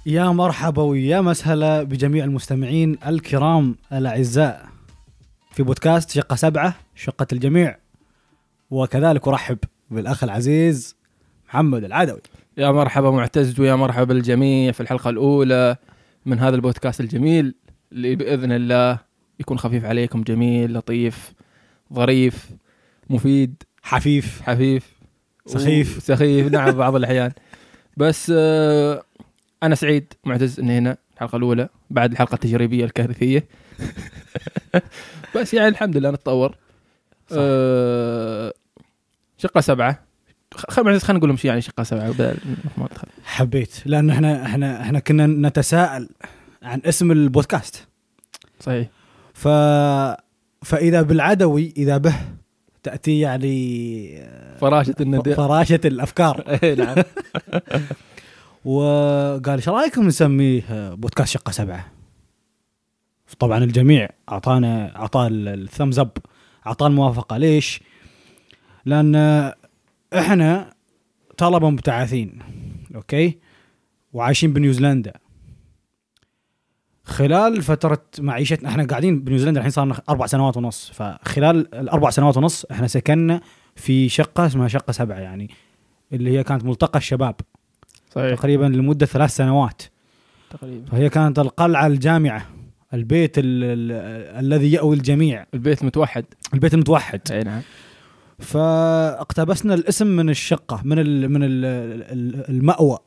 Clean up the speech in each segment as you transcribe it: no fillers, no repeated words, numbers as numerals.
يا مرحبا ويا مسهلا بجميع المستمعين الكرام الأعزاء في بودكاست شقة 7 شقة الجميع، وكذلك أرحب بالأخ العزيز محمد العدوي. يا مرحبا معتز ويا مرحبا بالجميع في الحلقة الأولى من هذا البودكاست الجميل اللي بإذن الله يكون خفيف عليكم، جميل لطيف ظريف مفيد حفيف سخيف نعم بعض الأحيان. بس أنا سعيد معتز إن هنا الحلقة الأولى بعد الحلقة التجريبية الكارثية. بس يعني الحمد لله نتطور. شقة 7 خلينا نقول لهم شيء يعني شقة 7 حبيت لأن احنا كنا نتساءل عن اسم البودكاست. صحيح. فإذا بالعدوي إذا به تأتي يعني فراشة الأفكار. نعم. وقال ايش رايكم نسميه بودكاست شقة 7؟ طبعا الجميع اعطاه الثمز اب، اعطاه الموافقه. ليش؟ لان احنا طلبه مبتعثين اوكي وعايشين بنيوزيلندا. خلال فتره معيشتنا احنا قاعدين بنيوزيلندا الحين صار لنا 4 سنوات ونص، فخلال ال4 سنوات ونص احنا سكننا في شقه اسمها شقة 7، يعني اللي هي كانت ملتقى الشباب. صحيح. تقريبا لمدة 3 سنوات تقريبا. فهي كانت القلعة الجامعة، البيت الذي يأوي الجميع، البيت المتوحد. أي نعم. فاقتبسنا الاسم من الشقة، من المأوى.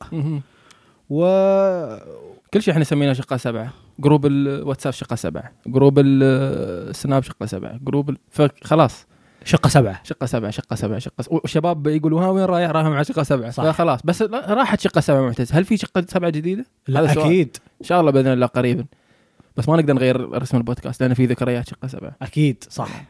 كل شيء احنا سميناه شقة 7. جروب الواتساب شقة 7، جروب السناب شقة 7، جروب فخلاص شقة 7 والشباب يقولوا ها وين رايح مع شقة 7. خلاص بس راحت شقة 7 معتز. هل في شقة 7 جديدة؟ لا أكيد إن شاء الله بإذن الله قريبا، بس ما نقدر نغير رسم البودكاست لأن في ذكريات شقة 7. أكيد. صح.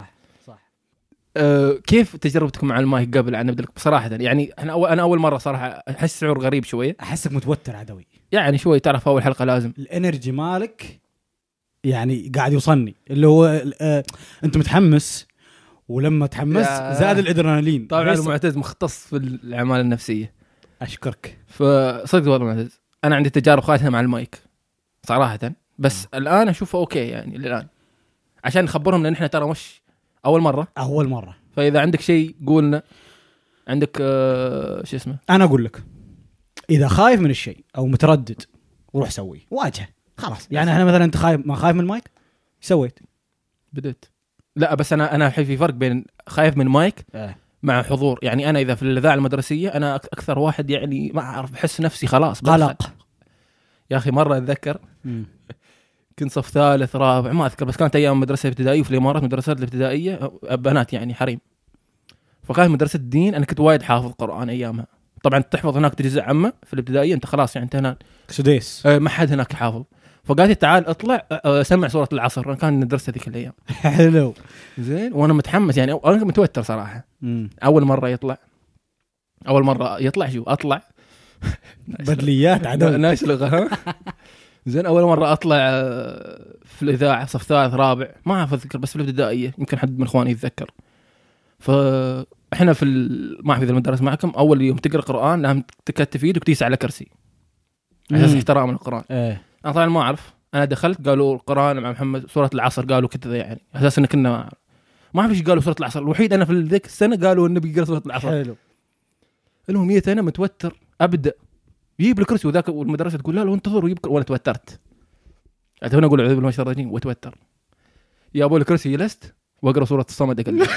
كيف تجربتكم مع المايك قبل أن نبدأ بصراحة؟ يعني أنا أول مرة صراحة أحس شعور غريب شوية، أحسك متوتر عدوي يعني شوي. تعرف أول حلقة لازم الانرجي مالك يعني قاعد يوصلني، اللي هو أنت متحمس، ولما تحمس زاد الادرينالين. طبعا المعتز مختص في الاعمال النفسيه. اشكرك. فصدق والله معتز انا عندي تجارب خاصه مع المايك صراحه، بس الان اشوفه اوكي يعني الان، عشان نخبرهم لان احنا ترى مش اول مره. فاذا عندك شيء قولنا، عندك شو اسمه. انا اقول لك اذا خايف من الشيء او متردد وروح سويه، واجهه خلاص. يعني احنا مثلا انت خايف، ما خايف من المايك، سويت بدت. لا بس انا في فرق بين خايف من مايك مع حضور. يعني انا اذا في الاذاعه المدرسيه انا اكثر واحد يعني ما اعرف، بحس نفسي خلاص قلق يا اخي. مره اتذكر كنت صف 3 رابع ما اذكر، بس كانت ايام مدرسه ابتدائيه في الامارات، مدرسات الابتدائيه بنات يعني حريم. فكانت مدرسه الدين، انا كنت وايد حافظ قران ايامها. طبعا تحفظ هناك تجزء عامه في الابتدائيه انت خلاص، يعني انت هناك سديس ما حد هناك حافظ. فقالت تعال اطلع سمع سورة العصر. أنا كان ندرس هذيك الأيام. حلو زين. وأنا متحمس يعني، أنا متوتر صراحة. أول مرة يطلع شو أطلع بدليات عدو ناشلغة. زين. أول مرة أطلع في الإذاعة صف 3 رابع ما أعرف أذكر، بس في الابتدائية يمكن حد من إخواني يتذكر. فإحنا في ما أعرف إذا المدرس معكم، أول يوم تقرأ قرآن لازم تكتف يدك وتيس على كرسي أساس احترام القرآن. أنا طبعا ما أعرف. أنا دخلت قالوا القرآن مع محمد سورة العصر، قالوا كذا يعني أساسا إن كنا ما أعرف إيش قالوا سورة العصر. الوحيد أنا في ذيك السنة قالوا النبي يقرأ سورة العصر. حلو. المهم جيت أنا متوتر أبدأ يجيب الكرسي وذاك والمدرسة تقول لا انتظر ويجيب، وأنا توترت. هنا أقول أعوذ بالله من الشيطان الرجيم وتوتر. يا أبو الكرسي جلست وأقرأ سورة الصمد أقل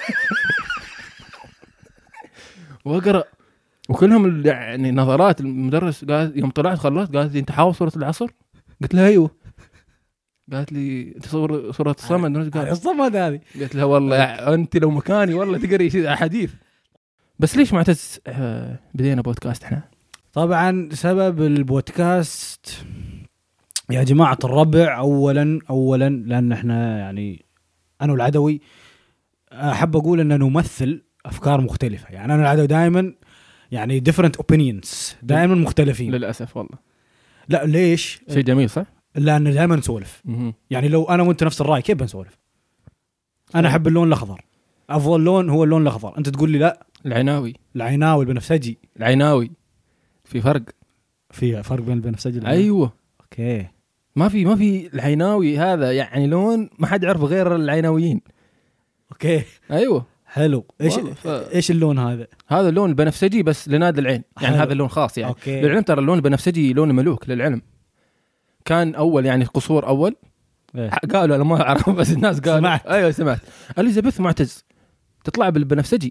وأقرأ، وكلهم يعني نظرات. المدرس قال يوم طلعت خلصت قالت لي أنت حافظ سورة العصر؟ قلت لها أيوه. قالت لي انت سورة الصمد؟ الصمد هذه. قلت لها والله انت لو مكاني والله تقري حديث. بس ليش معتز بدينا بودكاست احنا؟ طبعا سبب البودكاست يا جماعة الربع اولا لان احنا يعني انا والعدوي احب اقول ان نمثل افكار مختلفة. يعني انا والعدوي دائما يعني different opinions، دائما مختلفين للاسف والله. لا ليش؟ شيء جميل صح؟ لأن دائما نسولف. يعني لو أنا وأنت نفس الرأي كيف بنسولف؟ أنا أحب اللون الأخضر، أفضل لون هو اللون الأخضر. أنت تقول لي لا العناوي البنفسجي. العناوي في فرق. في فرق بين البنفسجي ايوه اوكي. ما في العيناوي هذا يعني لون ما حد يعرفه غير العيناويين. اوكي ايوه حلو. ايش اللون هذا؟ هذا اللون البنفسجي بس لنادي العين يعني. حلو. هذا اللون خاص يعني. أوكي. للعلم ترى اللون البنفسجي لون ملوك للعلم. كان اول يعني قصور اول إيه؟ قالوا انا ما اعرف بس الناس قالوا سمعت. ايوه سمعت اليزابيث معتز تطلع بالبنفسجي.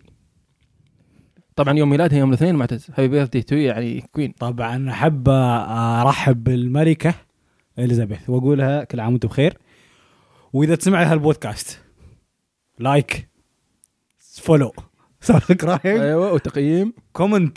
طبعا يوم ميلادها يوم الاثنين معتز. هابي بيرثدي تو يعني كوين. طبعا احب ارحب بالملكه اليزابيث واقولها كل عام وانتم بخير. واذا تسمع هالبودكاست لايك فولو سبسكرايب ايوه وتقييم كومنت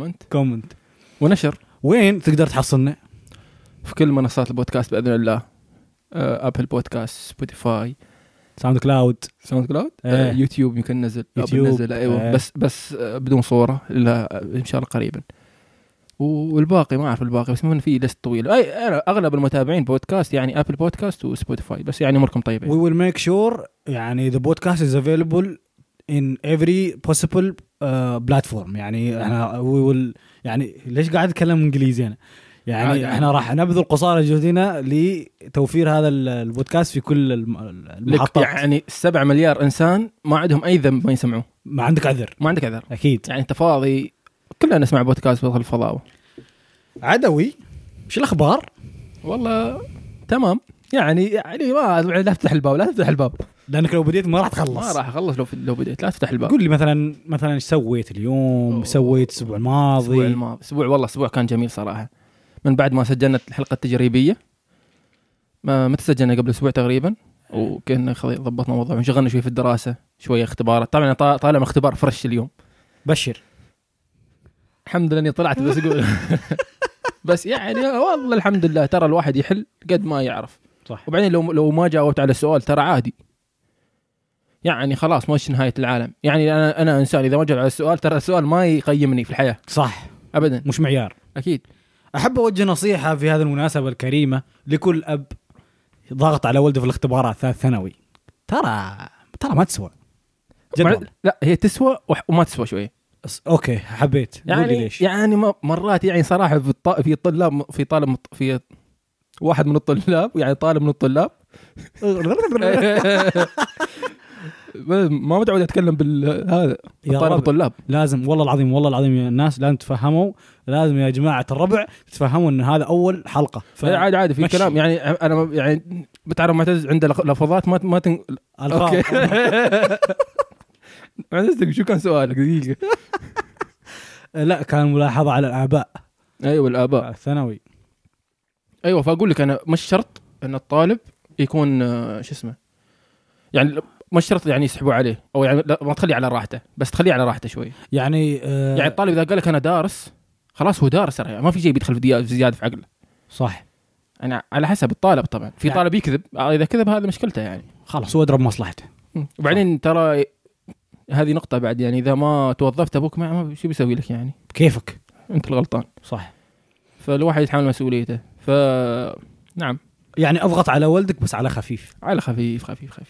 ونشر. وين تقدر تحصلنا؟ في كل منصات البودكاست باذن الله. ابل بودكاست، سبوتيفاي، ساوند كلاود يوتيوب يمكن نزل يوتيوب. ايوه بس بدون صوره الا ان شاء الله قريبا. والباقي ما اعرف الباقي بس من في لست طويل. اغلب المتابعين بودكاست يعني ابل بودكاست وسبوتيفاي بس يعني اموركم طيبه. We will make sure يعني the podcast is available in every possible platform. يعني احنا we will يعني ليش قاعد اتكلم انجليزي انا يعني احنا راح نبذل قصارى جهدنا لتوفير هذا البودكاست في كل المحطات. يعني 7 مليار انسان ما عندهم اي ذنب ما يسمعوه. ما عندك عذر اكيد. يعني انت فاضي كلنا نسمع بودكاست في الفضاء. عدوي ايش الاخبار؟ والله تمام يعني ما لا تفتح الباب لانك لو بديت ما راح تخلص. ما راح اخلص لو بديت. لا تفتح الباب. قول لي مثلا ايش سويت اليوم؟ سويت الاسبوع الماضي؟ والله اسبوع كان جميل صراحه. من بعد ما سجلنا الحلقه التجريبيه ما تسجلنا قبل اسبوع تقريبا وكنا ضبطنا موضوع وشغلنا شوي في الدراسه شويه اختبارات. طبعا طالع من اختبار فرش اليوم. بشر الحمد لله اني طلعت بس اقول بس يعني والله الحمد لله. ترى الواحد يحل قد ما يعرف صح. وبعدين لو ما جاوبت على السؤال ترى عادي يعني خلاص مش نهايه العالم. يعني انا انسان اذا ما جاوبت على السؤال ترى السؤال ما يقيمني في الحياه. صح ابدا مش معيار. اكيد. احب اوجه نصيحه في هذه المناسبه الكريمه لكل اب ضغط على ولده في الاختبارات ثالث ثانوي. ترى ما تسوى جدول. لا هي تسوى وما تسوى شويه. اوكي حبيت يعني ليش. يعني مرات يعني صراحه في طالب في واحد من الطلاب يعني طالب من الطلاب ما متعود اتكلم بالهذا طالب الطلاب. لازم والله العظيم يا الناس لازم تفهموا. لازم يا جماعه الربع تفهموا ان هذا اول حلقه. عادي في كلام يعني انا يعني بتعرف معتز عنده لفظات ما اوكي معتز شو كان سؤالك دقيقه؟ لا كان ملاحظه على الاباء. ايوه الاباء الثانوي. ايوه فاقول لك انا مش شرط ان الطالب يكون شو اسمه يعني مش شرط يعني يسحبوا عليه او يعني ما تخليه على راحته بس تخليه على راحته شوي يعني يعني الطالب اذا قال لك انا دارس خلاص هو دارس يعني ما في شيء بيدخل في زياده في عقله. صح. انا على حسب الطالب طبعا. في يعني طالب يكذب اذا كذب هذا مشكلته يعني خلاص هو اضرب مصلحته. وبعدين ترى هذه نقطه بعد يعني اذا ما توظفت ابوك ما شو بيسوي لك يعني كيفك انت الغلطان. صح. فالواحد يتحمل مسؤوليته. نعم يعني اضغط على ولدك بس على خفيف. خفيف.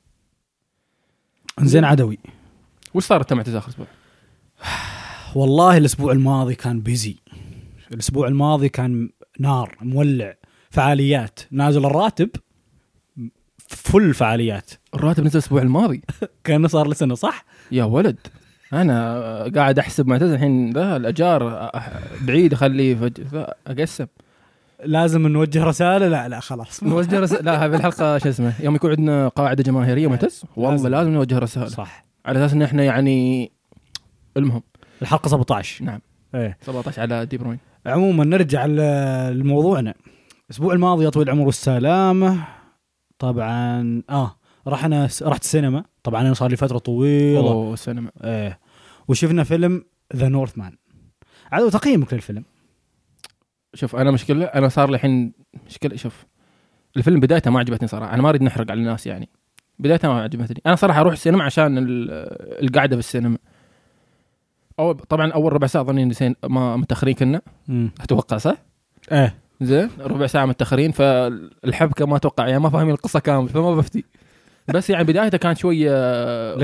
زين عدوي وش صار انت معتز اخر اسبوع؟ والله الاسبوع الماضي كان بيزي. الاسبوع الماضي كان نار مولع فعاليات. نازل الراتب فل فعاليات. الراتب نزل الاسبوع الماضي كان صار لسنه صح يا ولد. انا قاعد احسب معتز الحين ذا الاجار بعيد اخليه اقسم. لازم نوجه رساله. لا خلاص نوجه رساله. لا هذه الحلقه شو اسمه يوم يكون عندنا قاعده جماهيريه معتز والله لازم نوجه رساله. صح. على اساس ان احنا يعني المهم الحلقه 17. نعم ايه 17 على دي بروين. عموما نرجع لموضوعنا. الاسبوع الماضي يا طويل العمر والسلامه طبعا رحت السينما. طبعا انا صار لي فتره طويله السينما. ايه وشفنا فيلم ذا نورثمان. عدو تقييمك للفيلم؟ شوف انا مشكله انا صار لي الحين مشكله. شوف الفيلم بدايته ما عجبتني صراحه. انا ما اريد نحرق على الناس يعني. بدايته ما عجبتني. انا صراحه اروح السينما عشان القعده في السينما. طبعا اول ربع ساعه ظنين ما متاخرين كنا اتوقع صح. ايه زين ربع ساعه متاخرين فالحبكه ما اتوقع يعني ما فاهمين القصه كامل فما بفتي. بس يعني بدايته كان شويه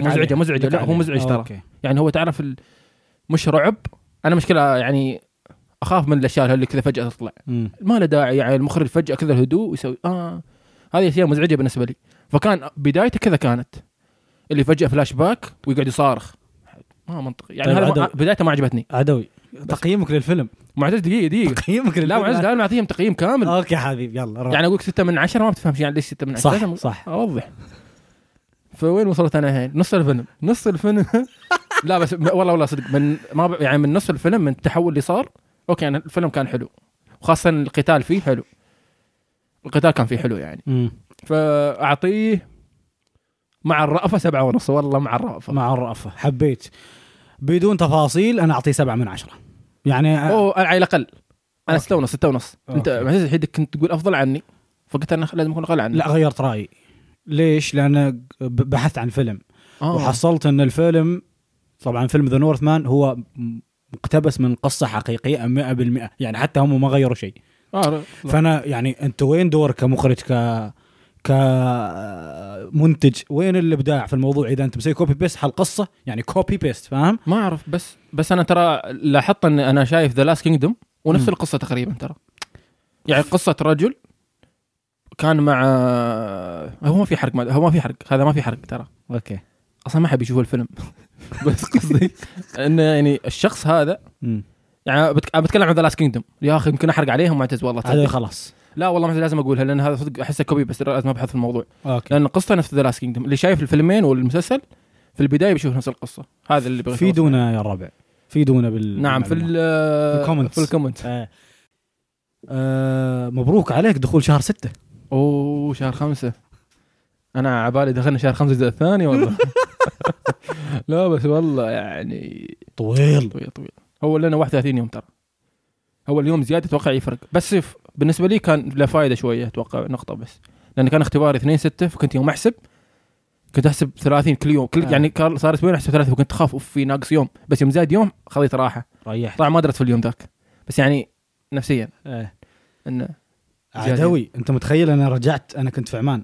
مزعجه. لا هو مزعج ترى. يعني هو تعرف مش رعب. انا مشكله يعني اخاف من الاشياء اللي كذا فجاه تطلع ما له داعي. يعني المخرج فجاه كذا الهدوء ويسوي هذه اشياء مزعجه بالنسبه لي. فكان بدايته كذا كانت اللي فجاه فلاش باك ويقعد يصارخ ما منطقي يعني. هذا بدايته ما عجبتني. عدوي تقييمك للفيلم معتز دقيقه تقييمك للفيلم لا معتز لا معطيهم تقييم كامل. اوكي حبيبي يلا يعني اقول لك 6 من 10 ما بتفهم يعني ليش 6 من 10 صح اوضح. فوين وصلت انا الحين؟ نص الفيلم لا بس والله صدق من ما يعني من نص الفيلم من التحول اللي صار اوكي يعني الفيلم كان حلو وخاصه القتال فيه حلو. القتال كان فيه حلو يعني فاعطيه مع الرأفة 7.5 والله مع الرأفة حبيت بدون تفاصيل انا اعطيه 7 من 10 يعني على الاقل انا 6.5 انت معتز حيدك كنت تقول افضل عني فقلت انا لازم اكون اقل عني. لا غيرت رايي ليش؟ لان بحثت عن فيلم وحصلت ان الفيلم طبعا فيلم ذا نورثمان هو مقتبس من قصة حقيقية 100% يعني حتى هم ما غيروا شيء. فأنا يعني أنت وين دور كمخرج كمنتج وين الإبداع في الموضوع إذا أنت مسوي كوبي بيست على القصة يعني كوبي بيست فاهم؟ ما أعرف بس أنا ترى لاحظت أن أنا شايف ذا لاست كينجدوم ونفس القصة تقريبا ترى يعني قصة رجل كان مع هو ما في حرق هذا ما في حرق ترى أوكي أصلا ما حب يشوف الفيلم بس قصدي إنه يعني الشخص هذا يعني بتكلم عن ذا لاست كينجدوم يا أخي يمكن أحرق عليهم معتز والله هذا خلاص لا والله ما لازم أقولها لأن هذا صدق أحسه كوبي بس لازم أبحث في الموضوع. أوكي. لأن القصة نفس ذا لاست كينجدوم اللي شايف الفيلمين والمسلسل في البداية بيشوف نفس القصة هذا اللي في دونا يا الربع في دونا نعم في الكومنتس مبروك عليك دخول شهر 6 شهر 5 أنا عبالي دخلنا شهر 5 الجزء الثاني والله لا بس والله يعني طويل هو لنا 31 يوم ترى هو اليوم زيادة أتوقع يفرق بس بالنسبة لي كان له فائدة شوية أتوقع نقطة بس لأن كان اختباري 2/6 فكنت يوم أحسب كنت أحسب 30 كل يوم يعني صار أسبوعين أحسب 30 وكنت أخاف في ناقص يوم بس يوم زاد يوم خليت راحة ريحت طبعا ما درت في اليوم ذاك بس يعني نفسيا إنه عدوي أنت متخيل أنا رجعت أنا كنت في عمان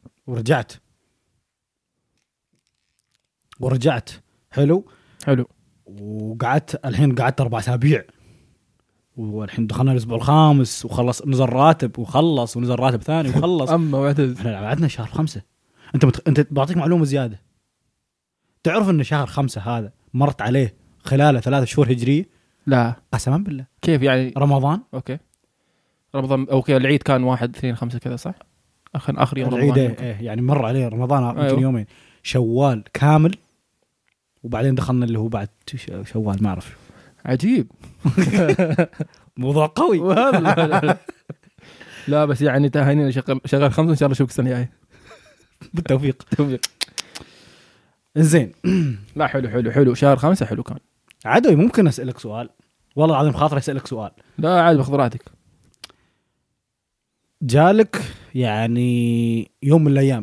ورجعت حلو وقعدت الحين قعدت 4 أسابيع والحين دخلنا الأسبوع الخامس وخلص نزل راتب وخلص ونزل راتب ثاني وخلص أما معتز احنا بعدنا شهر 5 انت بعطيك معلومة زيادة تعرف ان شهر 5 هذا مرت عليه خلاله 3 شهور هجرية لا قسما بالله كيف يعني رمضان اوكي العيد كان 1-2-5 كذا صح اخر يوم رمضان يعني مر عليه رمضان يمكن يومين شوال كامل وبعدين دخلنا اللي هو بعد شوال ما اعرف عجيب موضوع قوي لا بس يعني تهانينا شغال 5 ان شاء الله اشوفك السنه الجايه بالتوفيق زين لا حلو شهر 5 حلو كان. عدوي ممكن اسالك سؤال والله العظيم خاطر اسالك سؤال لا عاد باخذ راحتك. جالك يعني يوم من الايام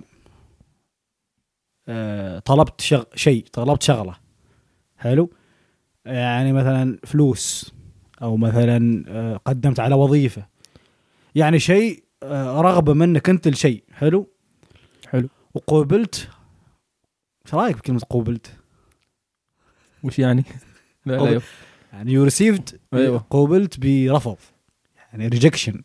طلبت طلبت شغله حلو يعني مثلا فلوس او مثلا قدمت على وظيفه يعني شيء رغبه منك انت لشيء حلو وقوبلت ايش رايك بكلمه قوبلت وش يعني لا يعني يو ريسيفد قوبلت برفض يعني ريجكشن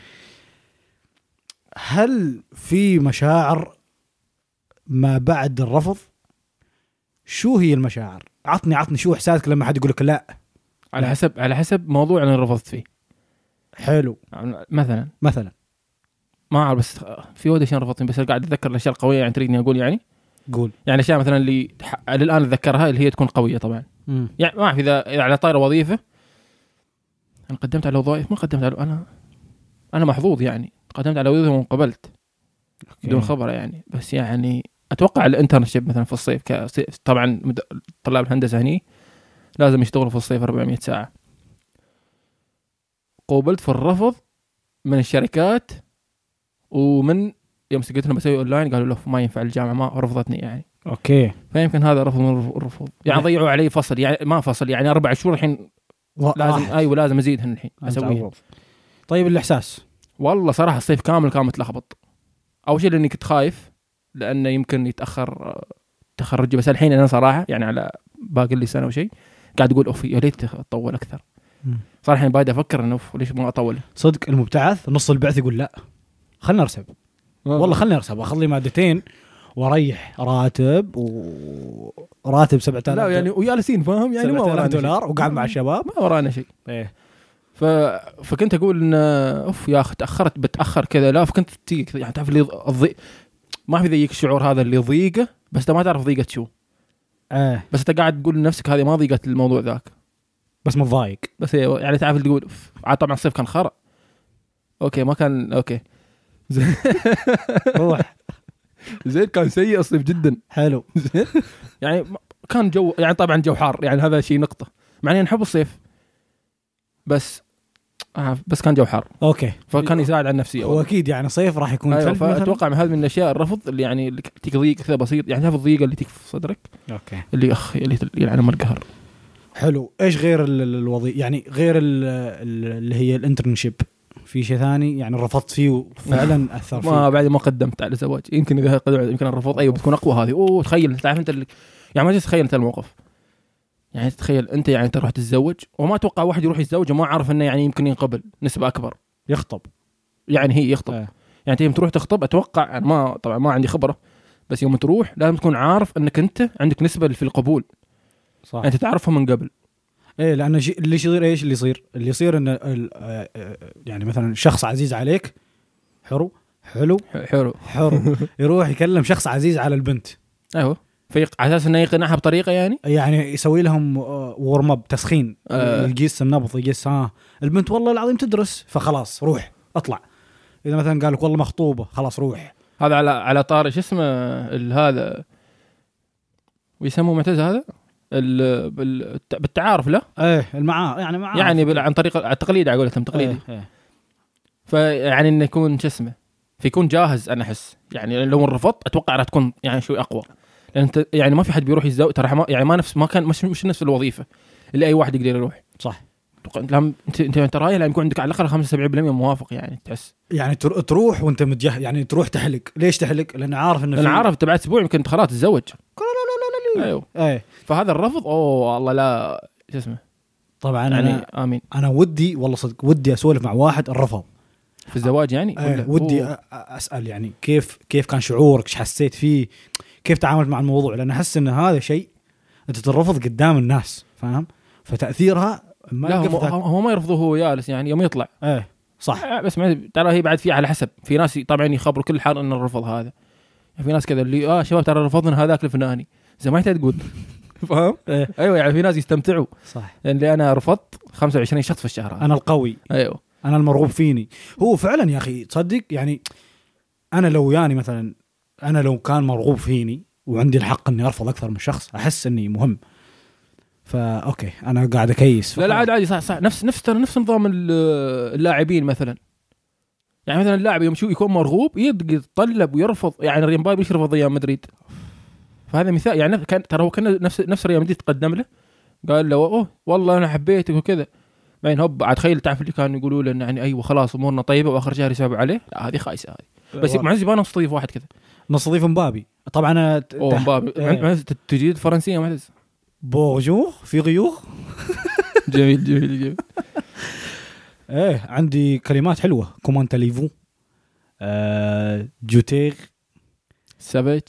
هل في مشاعر ما بعد الرفض؟ شو هي المشاعر؟ عطني شو احساسك لما حد يقول لك لا؟ على حسب موضوع انا رفضت فيه. حلو مثلا ما اعرف بس في ودا شيء رفضتني بس قاعد اتذكر الاشياء القويه يعني تريدني اقول يعني قول يعني اشياء مثلا اللي الان اتذكرها اللي هي تكون قويه طبعا يعني ما اعرف اذا على طائره وظيفه انا قدمت على وظائف ما قدمت على انا محظوظ يعني قدمت على وظيفه وانقبلت بدون خبره يعني بس يعني اتوقع الانترنشيب مثلا في الصيف طبعا طلاب الهندسه هني لازم يشتغلوا في الصيف 400 ساعه. قوبلت في الرفض من الشركات ومن يوم سقيت لهم بسوي اونلاين قالوا له ما ينفع الجامعه ما رفضتني يعني اوكي فيمكن هذا رفض من الرفض يعني ضيعوا علي فصل يعني ما فصل يعني 4 شهور الحين لازم لازم ازيدهن الحين اسويه. طيب الاحساس والله صراحه الصيف كان متلخبط. اول شيء لاني كنت خايف لانه يمكن يتاخر تخرجي بس الحين انا صراحه يعني على باقي لي سنه وشيء قاعد اقول اوف يا ريت تطول اكثر صراحه بايد افكر انه ليش ما اطول. صدق المبتعث نص البعث يقول لا خلنا ارسب، والله خلنا ارسب اخذ لي مادتين واريح راتب وراتب 7000 لا يعني وجالسين فاهم يعني ما ورانا دولار وقاعد مع الشباب ما ورانا شيء. ايه فكنت اقول ان اوف يا اخي تاخرت بتاخر كذا. لا فكنت تيجي يعني تعرف اللي ما في ذيك الشعور هذا اللي ضيقه بس انت ما تعرف ضيقه شو. بس انت قاعد تقول لنفسك هذه ما ضيقه الموضوع ذاك بس متضايق بس يعني تعرف اللي تقول عاد طبعا الصيف كان خرا اوكي ما كان اوكي روح زين كان سيء الصيف جدا حلو زين يعني كان جو يعني طبعا جو حار يعني هذا شيء نقطه مع اني نحب الصيف بس كان جو حار اوكي فكان يساعد على النفسية. هو اكيد يعني صيف راح يكون أيوة ثلج مثلا. اتوقع من هذه من الاشياء الرفض اللي يعني اللي تيك ضيق كذا بسيط يعني هذا الضيقه اللي تيك في صدرك اوكي اللي اللي يلعن القهر. حلو. ايش غير الوظيفه يعني غير اللي هي الانترنشيب في شيء ثاني يعني رفضت فيه وفعلا اثر فيه؟ ما بعد ما قدمت على الزواج يمكن اذا يمكن الرفض ايوه بتكون اقوى هذه. تخيل تعرف انت يعني ما تتخيل انت الموقف يعني تخيل انت يعني انت رحت تتزوج وما اتوقع واحد يروح يتزوج وما عارف انه يعني يمكن ينقبل نسبه اكبر يخطب يعني هي يخطب يعني انت يوم تروح تخطب اتوقع ما طبعا ما عندي خبره بس يوم تروح لازم تكون عارف انك انت عندك نسبه في القبول صح انت تعرفها من قبل. ايه لان اللي يصير ايش اللي يصير ان يعني مثلا شخص عزيز عليك حلو يروح يكلم شخص عزيز على البنت ايوه في على اساس انه يقنعها بطريقه يعني يسوي لهم وورم اب تسخين يقيس النبض يقيس البنت والله العظيم تدرس فخلاص روح اطلع. اذا مثلا قال لك والله مخطوبه خلاص روح. هذا على طارش اسمه هذا ويسموه معتز هذا بالتعارف لا ايه يعني عن طريق التقليد على قولتهم تقليدي. فيعني انه يكون فيكون جاهز. انا احس يعني لو رفضت اتوقع راح تكون يعني شوي اقوى لان انت يعني ما في حد بيروح يتزوج ترى يعني ما كان مش نفس الوظيفه اللي اي واحد يقدر يروح. صح انت رايح لازم يكون عندك على الاقل 75% موافق يعني تحس يعني تروح وانت متجهز يعني تروح تحلق. ليش تحلق؟ لان عارف انه انا عارف تبع اسبوع يمكن خلاص تتزوج. ايوه فهذا الرفض والله لا شو اسمه طبعا يعني امين. انا ودي والله صدق ودي اسولف مع واحد الرفض في الزواج يعني ودي اسال يعني كيف كان شعورك ايش حسيت فيه كيف تعاملت مع الموضوع لان احس ان هذا شيء انت تترفض قدام الناس فاهم فتاثيرها ما هو ما يرفضه هو جالس يعني يوم يطلع صح بس ترى هي بعد فيها على حسب. في ناس طبعا يخبروا كل حال ان الرفض هذا في ناس كذا اللي شباب ترى رفضنا هذاك الفلاني زي ما انت تقول فاهم ايوه يعني في ناس يستمتعوا صح يعني انا رفضت 25 شخص في الشهر هذا. انا القوي ايوه انا المرغوب فيني. هو فعلا يا اخي تصدق يعني انا لو يعني مثلا انا لو كان مرغوب فيني وعندي الحق اني ارفض اكثر من شخص احس اني مهم اوكي انا قاعد اكيس. لا عادي صح نفس نظام اللاعبين مثلا يعني مثلا اللاعب يوم يكون مرغوب يتطلب ويرفض يعني ريال مبابي يرفض ريال مدريد فهذا مثال يعني كان ترى هو كان نفس ريال مدريد تقدم له قال له والله انا حبيتك وكذا بعدين هوب عاد تخيل تعرف اللي كانوا يقولوا له يعني ايوه خلاص امورنا طيبه واخر شهر يسحب عليه. لا هذه خايسه هذه بس معز يبغى نستضيف واحد كذا نستضيف مبابي طبعا انا مبابي تجيد فرنسيه معز بونجور في غيور جميل عندي كلمات حلوه كومان تاليفو جوتير سافيج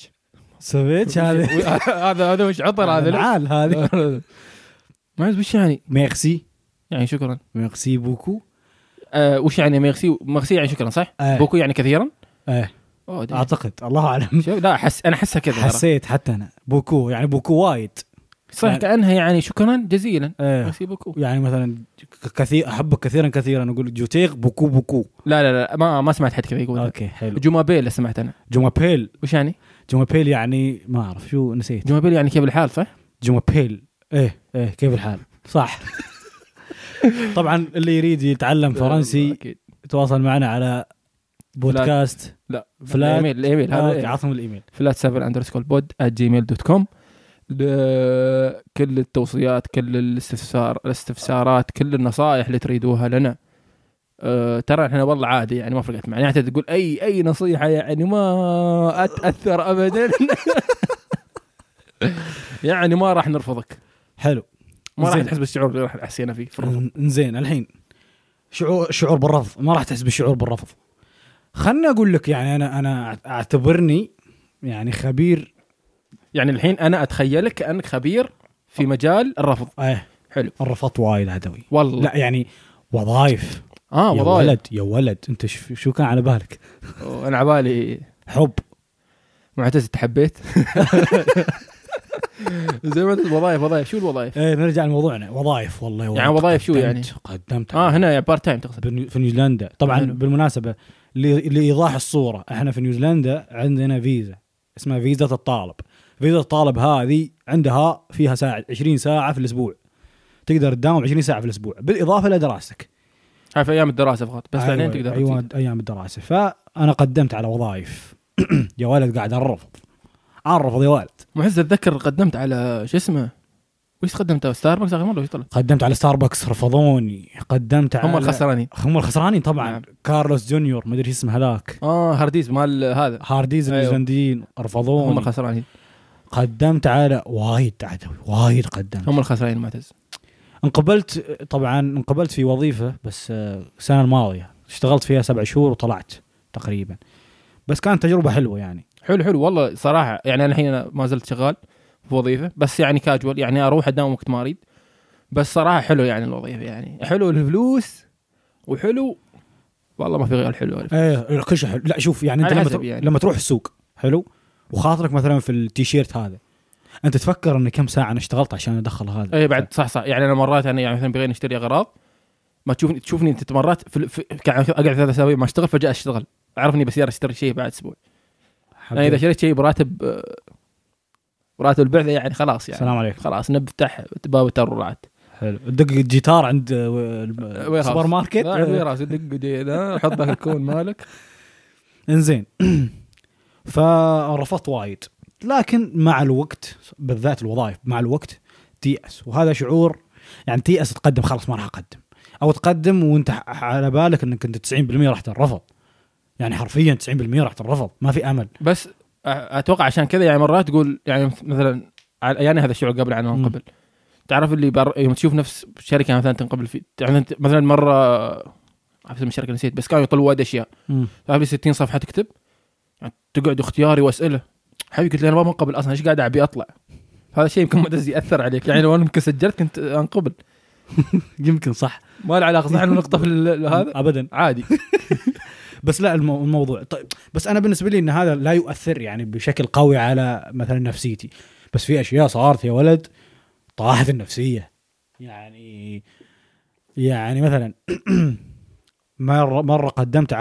هذا مش عطر هذا العال هذه معز وش يعني ميرسي يعني شكرا ميرسي بوكو وش يعني ميرسي يعني شكرا صح بوكو يعني كثيرا اعتقد الله اعلم لا انا احسها كذا حسيت حتى انا بوكو يعني بوكو وايد صح يعني كأنها يعني شكرا جزيلا ميرسي بوكو يعني مثلا كثير احبك كثيرا اقول جوتير بوكو لا ما سمعت حد كذا يقول. اوكي حلو. جومابيل سمعت انا جومابيل وش يعني جومابيل يعني ما اعرف شو نسيت. جومابيل يعني كيف الحال صح جومابيل ايه كيف الحال صح. طبعا اللي يريد يتعلم فرنسي تواصل معنا على بودكاست لا فلات الايميل هذا عطهم الايميل flat7_pod@gmail.com كل التوصيات كل الاستفسارات كل النصائح اللي تريدوها لنا. ترى احنا والله عادي يعني ما فرقت معنا يعني تقول اي نصيحه يعني ما اتاثر ابدا يعني ما راح نرفضك. حلو ما راح تحس بالشعور اللي راح حسينا فيه في الرفض. زين الحين شعور بالرفض ما راح تحس بالشعور بالرفض. خلنا اقول لك يعني انا اعتبرني يعني خبير. يعني الحين انا اتخيلك كانك خبير في مجال الرفض. حلو. الرفض وايد عدوي والله. لا يعني وظائف. وظائف. يا ولد انت شو كان على بالك؟ انا عبالي حب معتز تحبيت. زي ما وظائف شو الوظائف؟ نرجع لموضوعنا. وظائف والله يعني وظائف شو يعني؟ قدمت هنا بارت تايم تقصد في نيوزيلندا طبعا. بالمناسبة لإيضاح الصورة، احنا في نيوزيلندا عندنا فيزا اسمها فيزا الطالب. فيزا الطالب هذه عندها فيها 20 ساعة في الأسبوع، تقدر تداوم 20 ساعة في الأسبوع بالإضافة لدراستك. هاي في أيام الدراسة فقط بس. أيوة بعدين تقدر أيام الدراسة. فأنا قدمت على وظائف. يا ولد قاعد أرفض يا ولد. محز أتذكر قدمت على شو اسمه، وش قدمت على ستاربكس آخر مرة وش طلع؟ قدمت على ستاربكس رفضوني. قدمت على هم الخسرانين طبعا. نعم. كارلوس جونيور ما أدري اسمه هذاك. هارديز مال هذا هارديز النيوزيلنديين رفضوني. هم الخسرانين. قدمت على وايد قدمت. هم الخسرانين معتز. انقبلت في وظيفة بس السنة الماضية اشتغلت فيها 7 شهور وطلعت تقريبا. بس كانت تجربة حلوة يعني. حلو والله صراحة. يعني أنا الحين ما زلت شغال في وظيفة بس يعني كاجوال، يعني أروح أداوم وقت ما أريد. بس صراحة حلو يعني الوظيفة، يعني حلو الفلوس وحلو والله ما في غير الحلو. كل شيء حلو. لا شوف يعني انت لما تروح السوق حلو وخاطرك مثلا في التيشيرت هذا، انت تفكر ان كم ساعة انا اشتغلت عشان ادخل هذا. بعد صح يعني انا مرات يعني مثلا بغير نشتري اغراض ما تشوفني انت مرات اقعد 3 أسابيع ما اشتغل، فجأة اشتغل اعرفني بس اشتري شيء بعد اسبوع. يعني اذا شريت شيء براتب البعثة يعني خلاص يعني السلام عليكم خلاص نفتح باب التبرعات. حلو. دق جيتار عند سوبر ماركت راس دق حط ذاك الكون مالك. انزين. فرفضت وايد، لكن مع الوقت بالذات الوظائف مع الوقت تيأس. وهذا شعور يعني تيأس تقدم خلاص ما راح اقدم، او تقدم وانت على بالك انك انت 90% راح ترفض. يعني حرفيا 90% راح ترفض، ما في امل. بس اتوقع عشان كذا يعني مرات تقول يعني مثلا يعني هذا الشعور قبل عن انقبل. تعرف اللي يوم تشوف نفس شركه مثلا تنقبل في يعني مثلا مره عارف الشركه نسيت بس كانوا يطلبوا وايد اشياء. فابي 60 صفحه تكتب يعني تقعد اختياري واسئله. حبيبي قلت لي انا ما بنقبل اصلا، ايش قاعد ابي اطلع؟ هذا الشيء يمكن مدز ياثر عليك يعني. لو انا يمكن سجلت كنت انقبل. يمكن صح، ما له علاقه صح النقطه في هذا ابدا عادي. بس لا الموضوع طيب. بس انا بالنسبه لي ان هذا لا يؤثر يعني بشكل قوي على مثلا نفسيتي. بس في اشياء صارت يا ولد طاحت النفسيه. يعني مثلا مره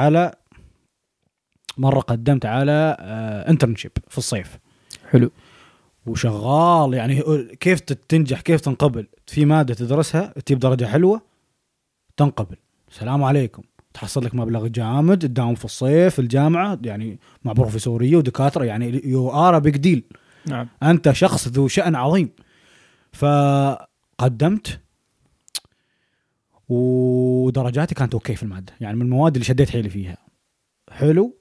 قدمت على انترنشيب في الصيف. حلو. وشغال يعني كيف تنجح كيف تنقبل في ماده تدرسها تجيب درجه حلوه تنقبل. السلام عليكم، تحصل لك مبلغ جامد تداوم في الصيف في الجامعه يعني مع بروفيسوريه ودكاتره يعني يو ار بيج ديل. نعم. انت شخص ذو شأن عظيم. فقدمت ودرجاتي كانت اوكي في الماده، يعني من المواد اللي شديت حيلي فيها. حلو.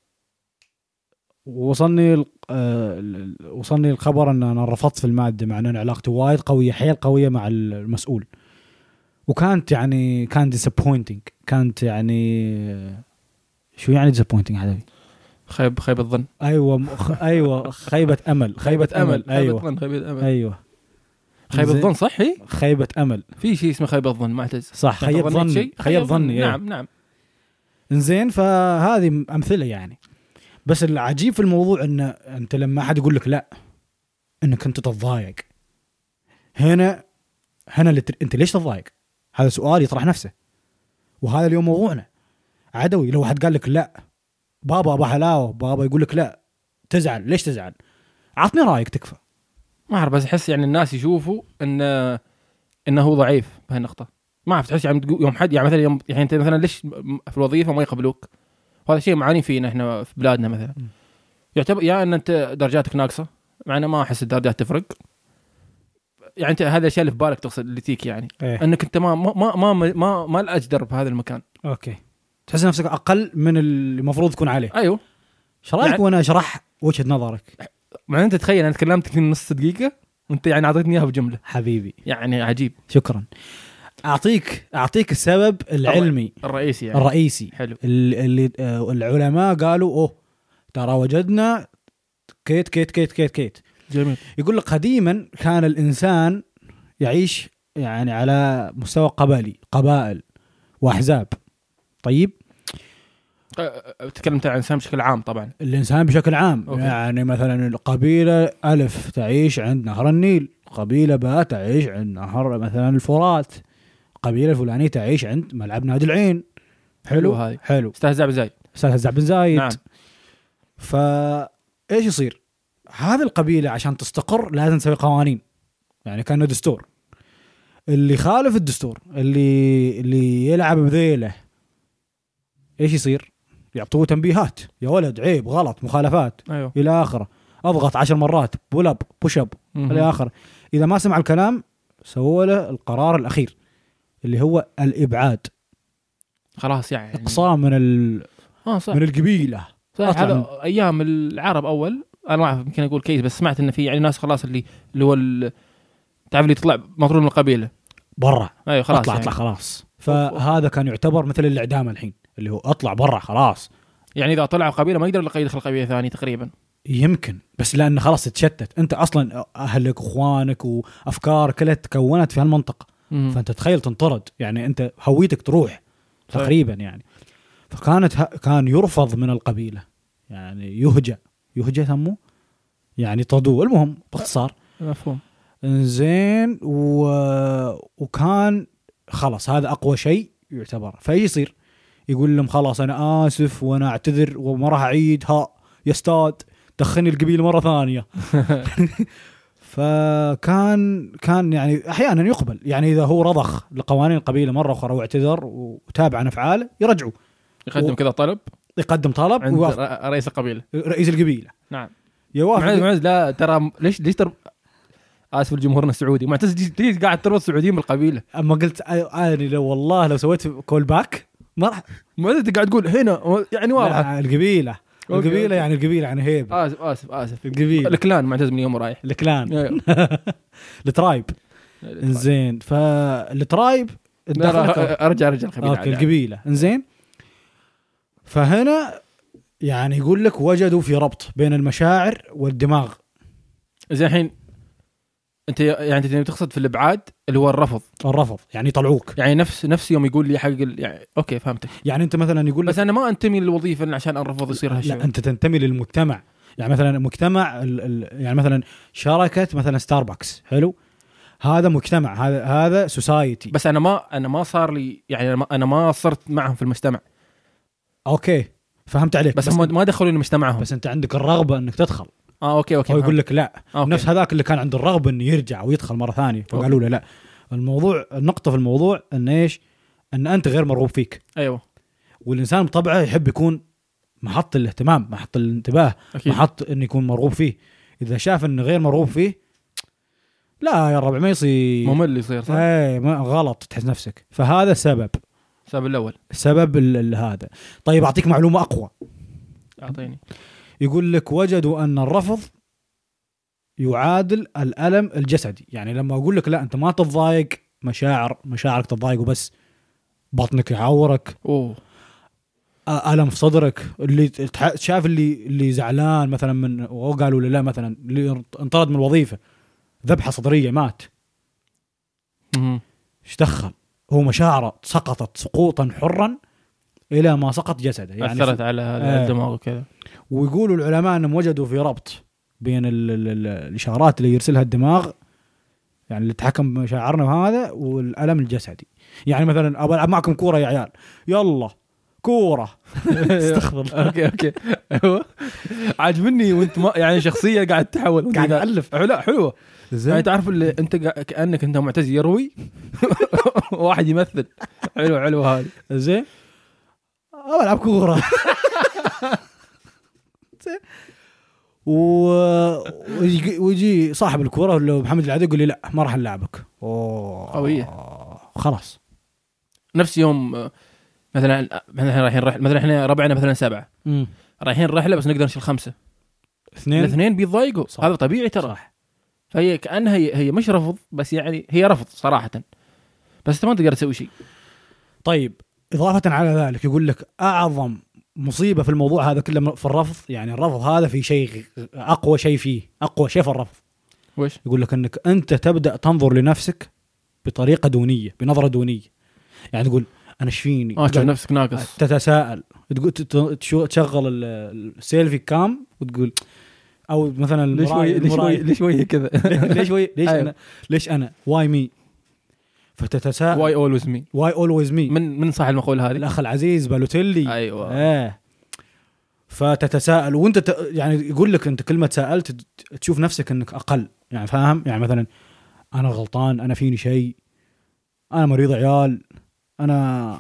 وصلني الخبر ان انا رفضت في الماده مع ان علاقتي وايد قويه حيل قويه مع المسؤول. وكانت يعني كان disappointing. كانت يعني شو يعني disappointing هذا؟ خيبة ظن. ايوه خيبة امل. ايوه خيبة ظن صحي. خيبة امل في شيء اسمه خيبة ظن معتز صح. خيبة ظني. نعم. انزين فهذه امثله يعني. بس العجيب في الموضوع ان انت لما احد يقول لك لا انك انت تتضايق. هنا انت ليش تتضايق؟ هذا سؤال يطرح نفسه. وهذا اليوم موضوعنا عدوي. لو واحد قال لك لا بابا ابو حلاوه بابا يقول لك لا تزعل. ليش تزعل؟ عطني رايك تكفى. ما اعرف بس احس يعني الناس يشوفوا انه هو ضعيف بهالنقطه. ما اعرف تحس يعني يوم حد يعني مثلا يوم يعني انت مثلا ليش في الوظيفه ما يقبلوك؟ وهذا شيء معاني فينا احنا في بلادنا مثلا. يعتبر يا ان انت درجاتك ناقصه مع انه ما احس الدرجات تفرق. يعني انت هذا الشيء اللي في بالك تقصد اللي تيك يعني انك انت ما الاجدر بهذا المكان. اوكي. تحس نفسك اقل من اللي المفروض تكون عليه. ايوه. ايش رايك يعني وانا اشرح وجهه نظرك؟ مع انت تخيل انا تكلمت في نص دقيقه وانت يعني اعطيتني اياها بجمله حبيبي يعني عجيب. شكرا. اعطيك السبب العلمي الرئيسي يعني. الرئيسي حلو. اللي العلماء قالوا ترى وجدنا كيت كيت كيت كيت كيت. جميل. يقول لك قديما كان الانسان يعيش يعني على مستوى قبائل واحزاب. طيب تكلمت عن الانسان بشكل عام طبعا. الانسان بشكل عام. أوكي. يعني مثلا القبيله الف تعيش عند نهر النيل، قبيله باء تعيش عند نهر مثلا الفرات، قبيله الفلانيه تعيش عند ملعب نادي العين. حلو. حلو. استاذ بن زايد. نعم. فايش يصير؟ هذه القبيله عشان تستقر لازم تسوي قوانين، يعني كانه دستور. اللي خالف الدستور، اللي يلعب بذيله، ايش يصير؟ يعطوه تنبيهات، يا ولد عيب غلط مخالفات. أيوه. الى اخره. اضغط 10 مرات، بول اب بوش اب الى اخره. اذا ما سمع الكلام سووا له القرار الاخير اللي هو الابعاد، خلاص يعني اقصاء من من القبيله. هذا ايام العرب اول. انا ما اعرف يمكن اقول كيس، بس سمعت ان في يعني ناس خلاص اللي هو تعرف اللي يطلع مطرود من القبيله برا. ايوه خلاص اطلع يعني. اطلع خلاص. فهذا كان يعتبر مثل الاعدام الحين، اللي هو اطلع برا خلاص. يعني اذا طلع قبيله ما يقدر يلقى يدخل قبيله ثانيه تقريبا. يمكن، بس لأن خلاص تشتت. أنت أصلا أهلك وإخوانك وأفكار كلها تكونت في هالمنطقة. فأنت تخيل تنطرد، يعني أنت هويتك تروح تقريبا يعني. كان يرفض من القبيلة، يعني يهجى ثمه، يعني طردوه. المهم باختصار مفهوم. زين وكان خلاص هذا أقوى شيء يعتبر. فايش يصير؟ يقول لهم خلاص أنا آسف وأنا أعتذر وما راح أعيد يستاد دخلني القبيلة مرة ثانية. فكان يعني أحيانا يقبل، يعني إذا هو رضخ لقوانين القبيلة مرة أخرى واعتذر وتابع عن أفعاله يرجعوا. كذا طلب. يقدم طلب عند رئيس القبيلة. رئيس القبيلة. نعم. يوافق. معز لا ترى ليش آسف الجمهورنا السعودي معتز ليش قاعد تربط السعوديين بالقبيلة؟ أما قلت أنا لو سويت كول باك ما راح. ما أنت قاعد تقول هنا يعني واضح. القبيلة يعني القبيلة يعني هيبة. آسف القبيلة. الكلان معتز من يوم رايح. الكلان. الترايب. إنزين فالترايب. أرجع القبيلة. القبيلة. إنزين. فهنا يعني يقول لك وجدوا في ربط بين المشاعر والدماغ. زين الحين انت يعني تقصد في الابعاد اللي هو الرفض يعني يطلعوك، يعني نفس يوم يقول لي حق يعني اوكي فهمتك. يعني انت مثلا يقول بس انا ما انتمي للوظيفه عشان ارفض يصير هالشيء. لا انت تنتمي للمجتمع. يعني مثلا مجتمع يعني مثلا شركه مثلا ستاربكس. حلو. هذا مجتمع، هذا سوسايتي. بس انا ما صار لي يعني انا ما صرت معهم في المجتمع. اوكي فهمت عليك. بس هم ما دخلوني مجتمعهم. بس انت عندك الرغبه انك تدخل. اوكي هو يقول لك لا. أوكي. نفس هذاك اللي كان عنده الرغبه انه يرجع ويدخل مره ثانيه فقالوا له لا. النقطه في الموضوع ان ايش؟ ان انت غير مرغوب فيك. ايوه. والانسان بطبعه يحب يكون محط الاهتمام، محط الانتباه. أكيد. محط انه يكون مرغوب فيه. اذا شاف انه غير مرغوب فيه لا يا ربع ما يصير ممل يصير صح. ما غلط تحس نفسك. فهذا السبب الاول. السبب هذا. طيب اعطيك معلومه اقوى. اعطيني. يقول لك وجدوا ان الرفض يعادل الألم الجسدي. يعني لما أقول لك لا أنت ما تتضايق، مشاعرك تتضايق وبس، بطنك يعورك، ألم في صدرك، اللي شاف اللي زعلان مثلا من وقالوا لا مثلا اللي انطرد من الوظيفة ذبحة صدرية مات. ايش دخل؟ هو مشاعره سقطت سقوطا حرا إلى ما سقط جسده، يعني أثرت على الدماغ وكذا. ويقولوا العلماء أنهم وجدوا في ربط بين الإشارات اللي يرسلها الدماغ، يعني اللي تحكم بمشاعرنا وهذا، والألم الجسدي. يعني مثلا أبغى ألعب معكم كورة يا عيال، يلا كورة. استغفر. اوكي عاجبني. وانت يعني شخصية قاعد تحول، قاعد ألف. لا حلوة. يعني تعرف اللي انت كأنك انت معتز يروي واحد يمثل. حلو هذا. زين أبغى ألعب كورة. ويجي صاحب الكورة اللي محمد العدي يقول لي لا ما راح نلعبك. قوية. خلاص. نفس يوم مثلا رايحين رحلة، مثلا احنا ربعنا مثلا 7 رايحين رحلة بس نقدر نشيل 5، 2 بيتضايقوا. هذا طبيعي ترى. فهي كأنها هي مش رفض، بس يعني هي رفض صراحة، بس انت ما تقدر تسوي شيء. طيب إضافة على ذلك يقول لك أعظم مصيبة في الموضوع هذا كله في الرفض، يعني الرفض هذا في شيء أقوى شيء فيه، أقوى شيء في الرفض. وش؟ يقول لك أنك أنت تبدأ تنظر لنفسك بطريقة دونية، بنظرة دونية. يعني تقول أنا إيش فيني؟ تشوف نفسك ناقص، تتساءل، تقول تشغل السيلفي كام وتقول، أو مثلا ليش شوي كذا ليش أنا واي مي، فتتساءل واي اولويز مي، واي اولويز مي. من صح المقولة هذه؟ الأخ العزيز بالوتيلي. أيوة. فتتساءل وانت يعني يقول لك انت كلمه سالت تشوف نفسك انك اقل، يعني فاهم؟ يعني مثلا انا غلطان، انا فيني شيء، انا مريض عيال، انا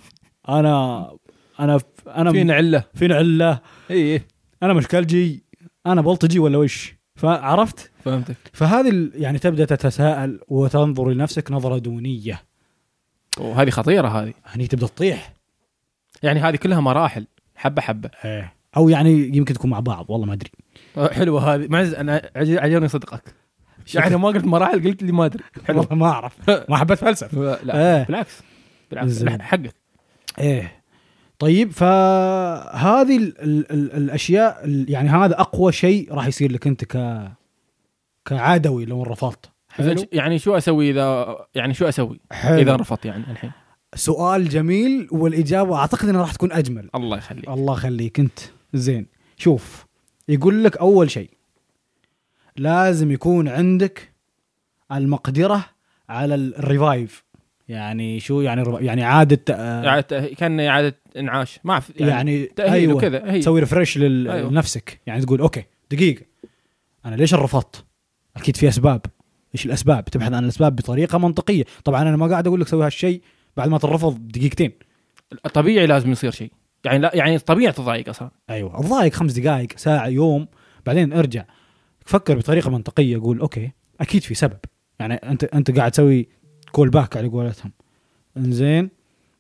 فيني عله ايه، انا مشكلجي، انا بلطجي ولا وش؟ فعرفت؟ فهمتك. فهذه يعني تبدا تتساءل وتنظر لنفسك نظره دونيه، وهذه خطيره، هذه يعني تبدا تطيح. يعني هذه كلها مراحل، حبه حبه، او يعني يمكن تكون مع بعض، والله ما ادري. حلوه هذه معز، انا عجبني صدقك. يعني ما قلت مراحل، قلت لي ما ادري. حلو، ما اعرف، ما حبيت فلسفه. لا بالعكس حقك. طيب فهذه الاشياء يعني هذا اقوى شيء راح يصير لك انت كعادوي لو رفضت. يعني شو اسوي اذا رفضت؟ يعني الحين سؤال جميل، والاجابه اعتقد انها راح تكون اجمل. الله يخليك. الله يخليك انت. زين، شوف، يقول لك اول شيء لازم يكون عندك المقدره على الريفايف. يعني شو يعني عاده كان اعاده انعاش، ما يعني تاهيل. أيوة. وكذا تسوي ريفرش لنفسك. يعني تقول اوكي دقيقه، انا ليش رفضت؟ اكيد في اسباب. ايش الاسباب؟ تبحث عن الاسباب بطريقه منطقيه. طبعا انا ما قاعد اقول لك سوي هالشيء بعد ما ترفض دقيقتين. طبيعي لازم يصير شيء، يعني لا، يعني طبيعي تضايق اصلا. ايوه، تضايق 5 دقائق، ساعه، يوم، بعدين ارجع فكر بطريقه منطقيه. قول اوكي اكيد في سبب. يعني انت قاعد تسوي كول باك على قولتهم. انزين،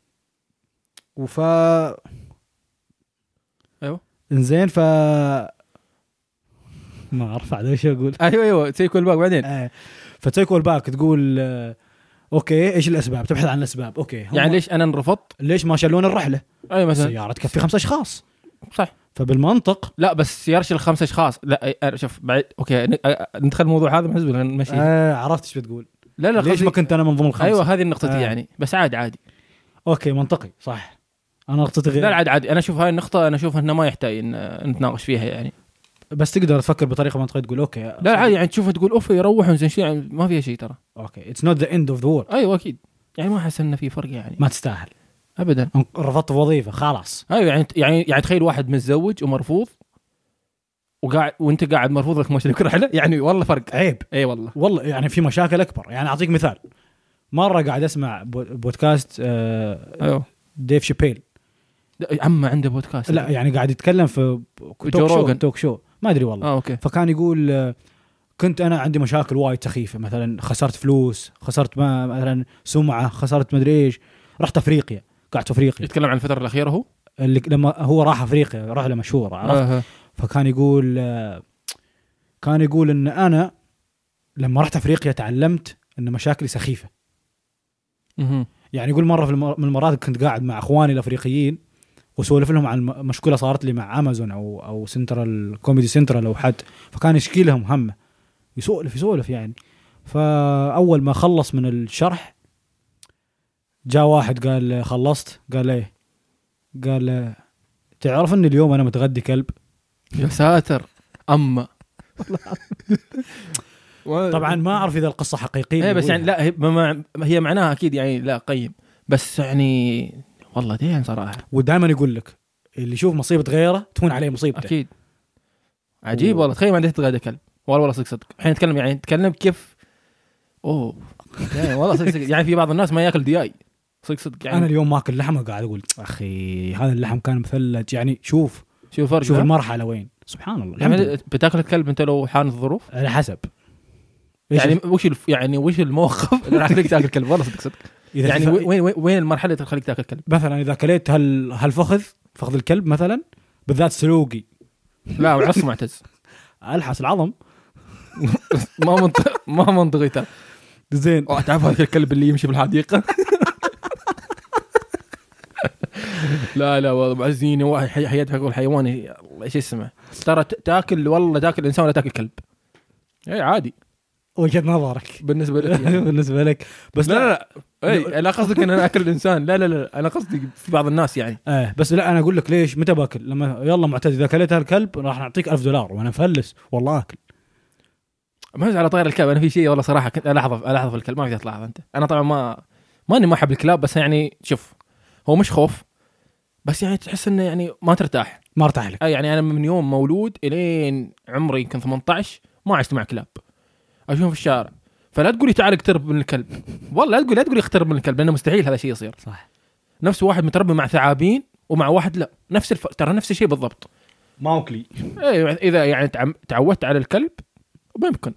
ايوه انزين، ما اعرف عاد ايش اقول. ايوه تسوي كول باك بعدين. فتسوي كول باك تقول اوكي ايش الاسباب؟ تبحث عن الاسباب. اوكي يعني ليش انا انرفضت؟ ليش ما شالون الرحله؟ اي مثلا سياره تكفي 5 اشخاص، صح؟ فبالمنطق لا، بس سيارة ال5 اشخاص. لا شوف بعد، اوكي ندخل الموضوع هذا محزب ولا نمشي؟ عرفت ايش بتقول. لا ليش ما كنت انا من ضمن ال5؟ ايوه هذه النقطة يعني، بس عادي. اوكي منطقي، صح. انا نقطتي غير. لا عادي. انا اشوف هاي النقطة، انا اشوف انه ما يحتاج ان نتناقش فيها يعني، بس تقدر تفكر بطريقة منطقية تقول اوكي. لا عادي، يعني تشوف تقول اوف يروح ونزين شيء، يعني ما فيها شيء ترى. اوكي اتس نوت ذا اند اوف ذا وورد. ايوه اكيد، يعني ما احس انه في فرق، يعني ما تستاهل ابدا. رفضت وظيفة خلاص. ايوه يعني تخيل واحد متزوج ومرفوض وقاعد، وانت قاعد مرفوض لك مشاركة رحلة، يعني والله فرق. عيب. اي والله يعني في مشاكل اكبر. يعني اعطيك مثال. مرة قاعد اسمع بودكاست ايوه ديف شابيل. عم عنده بودكاست. لا يعني قاعد يتكلم في توك شو ما ادري والله. اوكي. فكان يقول كنت انا عندي مشاكل وايد سخيفة، مثلا خسرت فلوس، خسرت مثلا سمعة، خسرت مدري ايش، رحت افريقيا، قعدت في افريقيا. يتكلم عن الفترة الأخيرة هو اللي لما هو راح افريقيا رحلة مشهورة، عرفت؟ فكان يقول ان انا لما رحت افريقيا تعلمت ان مشاكلي سخيفة. يعني يقول مرة من المرات كنت قاعد مع اخواني الافريقيين وسولف لهم عن مشكلة صارت لي مع امازون او سنترال كوميدي سنترال او حد، فكان يشكي لهم همه، يسولف يعني. فاول ما خلص من الشرح جاء واحد قال خلصت؟ قال ايه؟ قال تعرف ان اليوم انا متغدي كلب. يا ساتر. اما طبعا ما اعرف اذا القصه حقيقيه، بس يعني لا هي معناها اكيد يعني لا قيم، بس يعني والله دين صراحه. ودائما يقول لك اللي يشوف مصيبه غيره تهون عليه مصيبته. اكيد. عجيب والله. تخيل ما عندك تتغدى كلب. والله صدق الحين نتكلم كيف يعني والله صدق يعني في بعض الناس ما ياكل دياي صدق يعني. انا اليوم ماكل لحمه قاعد اقول اخي هذا اللحم كان مثلج. يعني شوف فرق، شوف المرحله وين. سبحان الله. يعني بتاكل الكلب انت لو حانت الظروف على حسب يعني وش الموقف اللي راح تاكل كلب. والله صدق يعني وين المرحله اللي تخليك تاكل كلب. مثلا اذا كليت فخذ الكلب مثلا، بالذات سلوقي. لا وعص معتز الحس العظم. ما منطقي ترى. زين تعرف هذا الكلب اللي يمشي في الحديقة؟ لا والله معزيني واحد حياة حقوق الحيوان ايش اسمه ترى تاكل والله تاكل انسان ولا تاكل كلب اي عادي وجهة نظرك بالنسبة لك يعني. بالنسبة لك بس لا اي لا قصدك ان انا اكل الانسان لا انا قصدي في بعض الناس يعني بس لا انا اقول لك ليش متى باكل لما يلا معتز اذا اكلتها الكلب راح نعطيك $1000 وانا مفلس والله اكل ما على طير الكلب. انا في شيء والله صراحة كنت الاحظ في الكلب ما في تلاحظ انت. انا طبعا ماني ما احب الكلاب بس يعني شوف هو مش خوف بس يعني تحس انه يعني ما ترتاح لك يعني انا من يوم مولود الين عمري يمكن 18 ما عشت مع كلاب اشوفهم في الشارع. فلا تقولي تعال اقترب من الكلب والله لا تقولي اقترب من الكلب لانه مستحيل هذا الشيء يصير. صح نفس واحد متربي مع ثعابين ومع واحد لا نفس ترى نفس الشيء بالضبط ما وكلي. ايوه اذا يعني تعودت على الكلب ما يمكن.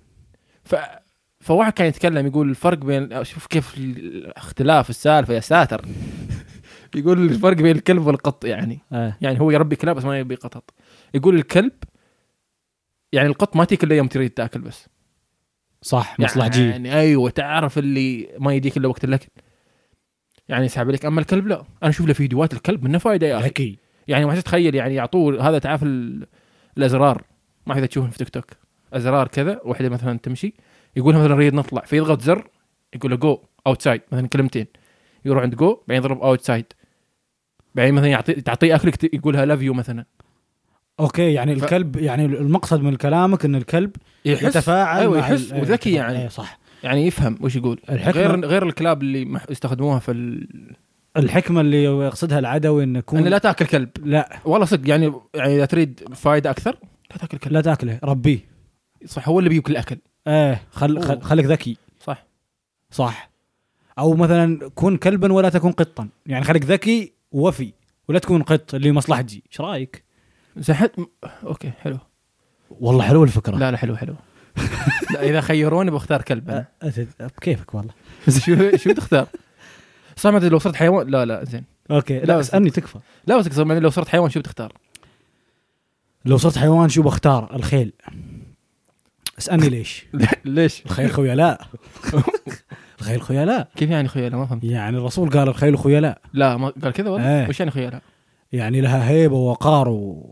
فواحد كان يتكلم يقول الفرق بين شوف كيف الاختلاف السالفه يا ساتر. يقول الفرق بين الكلب والقط يعني يعني هو يربي كلاب بس ما يربي قطط. يقول الكلب يعني القط ما تيك الا يوم تريد تاكل بس صح مصلحجي يعني ايوه تعرف اللي ما يديك الا وقت الاكل يعني يسحب عليك. اما الكلب لا انا اشوف له فيديوهات الكلب منه فايده يا اخي يعني ما تتخيل يعني يعطوه هذا تعرف الازرار ما اذا تشوفهم في تيك توك ازرار كذا واحده مثلا تمشي يقول مثلا نريد نطلع فيضغط زر يقول له جو اوتسايد مثلا كلمتين يروح عند جو بعدين يضرب اوتسايد بعدين مثلا تعطيه اكلك يقولها لاف يو مثلا. اوكي يعني الكلب يعني المقصد من كلامك ان الكلب يتفاعل أيوة يحس وذكي يعني صح يعني يفهم وش يقول غير الكلاب اللي يستخدموها في الحكمه اللي يقصدها العدوي ان أن لا تاكل كلب لا والله صدق يعني اذا تريد فائده اكثر لا تاكل كلب لا تاكله ربيه صح هو اللي بياكل الاكل خليك ذكي صح او مثلا كن كلبا ولا تكن قطا يعني خليك ذكي ووفي ولا تكون قط اللي مصلحتي. ايش رايك اوكي حلو والله حلوه الفكره. لا حلو لا اذا خيروني بختار كلب انا بكيفك والله. شو تختار صح ما لو صرت حيوان لا زين اوكي لا اسالني تكفى لا بس لو صرت حيوان شو بتختار؟ لو صرت حيوان شو بختار؟ الخيل. اسالني ليش الخيل خيلاء. الخيل خيلاء كيف يعني خيلاء ما فهمت. يعني الرسول قال الخيل خيلاء لا ما قال كذا ولا وش يعني خيلاء يعني لها هيبه ووقار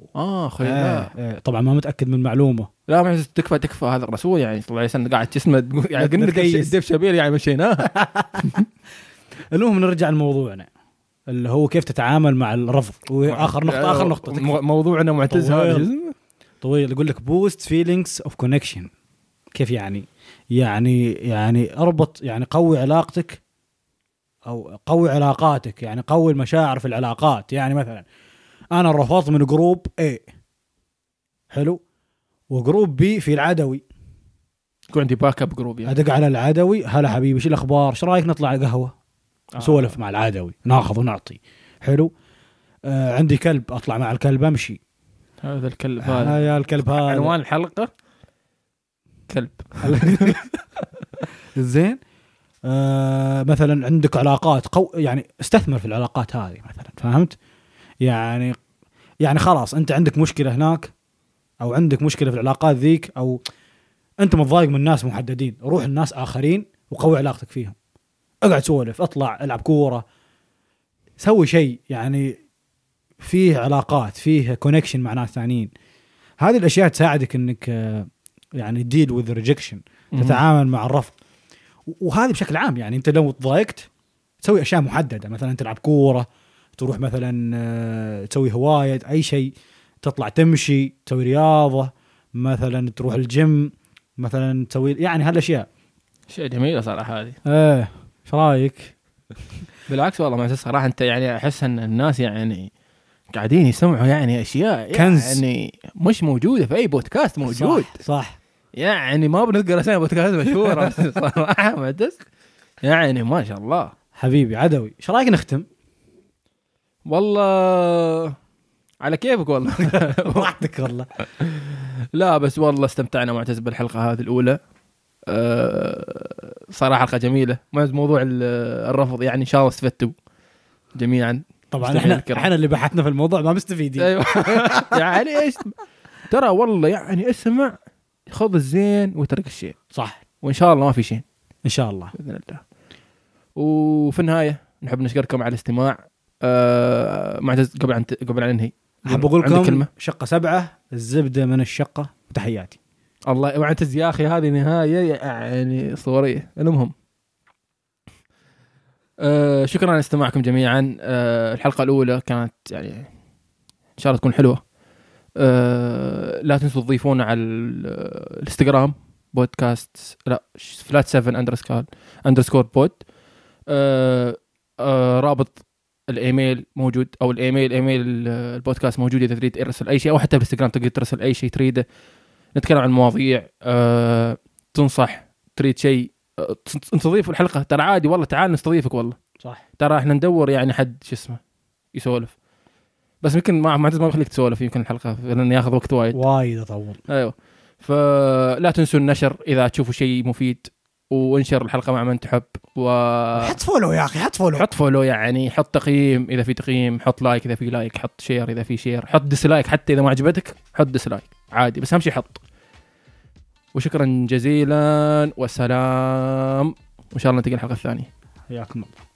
خيلاء طبعا ما متاكد من المعلومه. لا ما تكفى هذا الرسول يعني صلى الله عليه وسلم قاعد تسمع يعني قلنا ديف شبير يعني مشيناه. المهم نرجع لموضوعنا اللي هو كيف تتعامل مع الرفض. واخر نقطه موضوعنا معتز هذا طويل يقول لك بوست فيلينجز اوف كونكشن. كيف يعني اربط يعني قوي علاقتك او قوي علاقاتك يعني قوي المشاعر في العلاقات. يعني مثلا انا رفضت من جروب A حلو وجروب B في العدوي يكون عندي باك اب جروب يعني. ادق على العدوي هلا حبيبي شو الاخبار ايش رايك نطلع قهوه سولف مع العدوي ناخذ ونعطي حلو. عندي كلب اطلع مع الكلب امشي. هذا الكلب هذا الكلب هذا عنوان الحلقه كلب. زين مثلا عندك علاقات يعني استثمر في العلاقات هذه مثلا فهمت يعني خلاص انت عندك مشكله هناك او عندك مشكله في العلاقات ذيك او انت متضايق من ناس محددين روح الناس اخرين وقوي علاقتك فيهم. اقعد سولف اطلع العب كوره سوي شيء يعني فيه علاقات فيه كونكشن مع ناس ثانيين. هذه الاشياء تساعدك انك يعني deal with rejection تتعامل مع الرفض. وهذه بشكل عام يعني انت لو تضايقت تسوي اشياء محدده مثلا تلعب كوره تروح مثلا تسوي هوايه اي شيء تطلع تمشي تسوي رياضه مثلا تروح الجيم مثلا تسوي يعني هالاشياء شيء جميل صراحه هذه. ايش رايك؟ بالعكس والله ما صراحه انت يعني احس ان الناس يعني قاعدين يسمعوا يعني اشياء كنز يعني مش موجوده في اي بودكاست موجود. صح يعني ما بنذكر اسامي بودكاست مشهوره صراحه معتز يعني ما شاء الله حبيبي عدوي. ايش رايك نختم؟ والله على كيفك والله. وحدك والله. لا بس والله استمتعنا معتز بالحلقه هذه الاولى. صراحه حلقه جميله موضوع الرفض يعني ان شاء الله استفدتوا جميعا. طبعا احنا اللي بحثنا في الموضوع ما مستفيدين. ايوه يعني ايش ترى والله يعني اسمع خذ الزين وترك الشين. صح، وان شاء الله ما في شين ان شاء الله باذن الله. وفي النهايه نحب نشكركم على الاستماع. معتز قبل أن ننهي احب اقول لكم شقه 7 الزبده من الشقه، تحياتي. الله معتز يا اخي هذه نهايه يعني صوريه. المهم شكرا على استماعكم جميعا. الحلقه الاولى كانت يعني ان شاء الله تكون حلوه. لا تنسوا تضيفونا على الانستغرام بودكاست flat7__pod. رابط الايميل موجود، او ايميل البودكاست موجود اذا تريد ترسل اي شيء، او حتى بالانستغرام تقدر ترسل اي شيء تريده. نتكلم عن مواضيع تنصح، تريد شيء نستضيف الحلقه، ترى عادي والله، تعال نستضيفك والله. صح، ترى احنا ندور يعني حد شو اسمه يسولف، بس يمكن ما بخليك تسولف يمكن الحلقه لان ياخذ وقت وايد اطول. ايوه، فلا تنسوا النشر اذا تشوفوا شيء مفيد، وانشر الحلقه مع من تحب، حط فولو يا اخي، حط فولو يعني، حط تقييم اذا في تقييم، حط لايك اذا في لايك، حط شير اذا في شير، حط ديسلايك حتى اذا ما عجبتك حط ديسلايك عادي، بس اهم شيء حط. وشكرا جزيلا والسلام، وان شاء الله نلتقي الحلقه الثانيه. حياكم الله.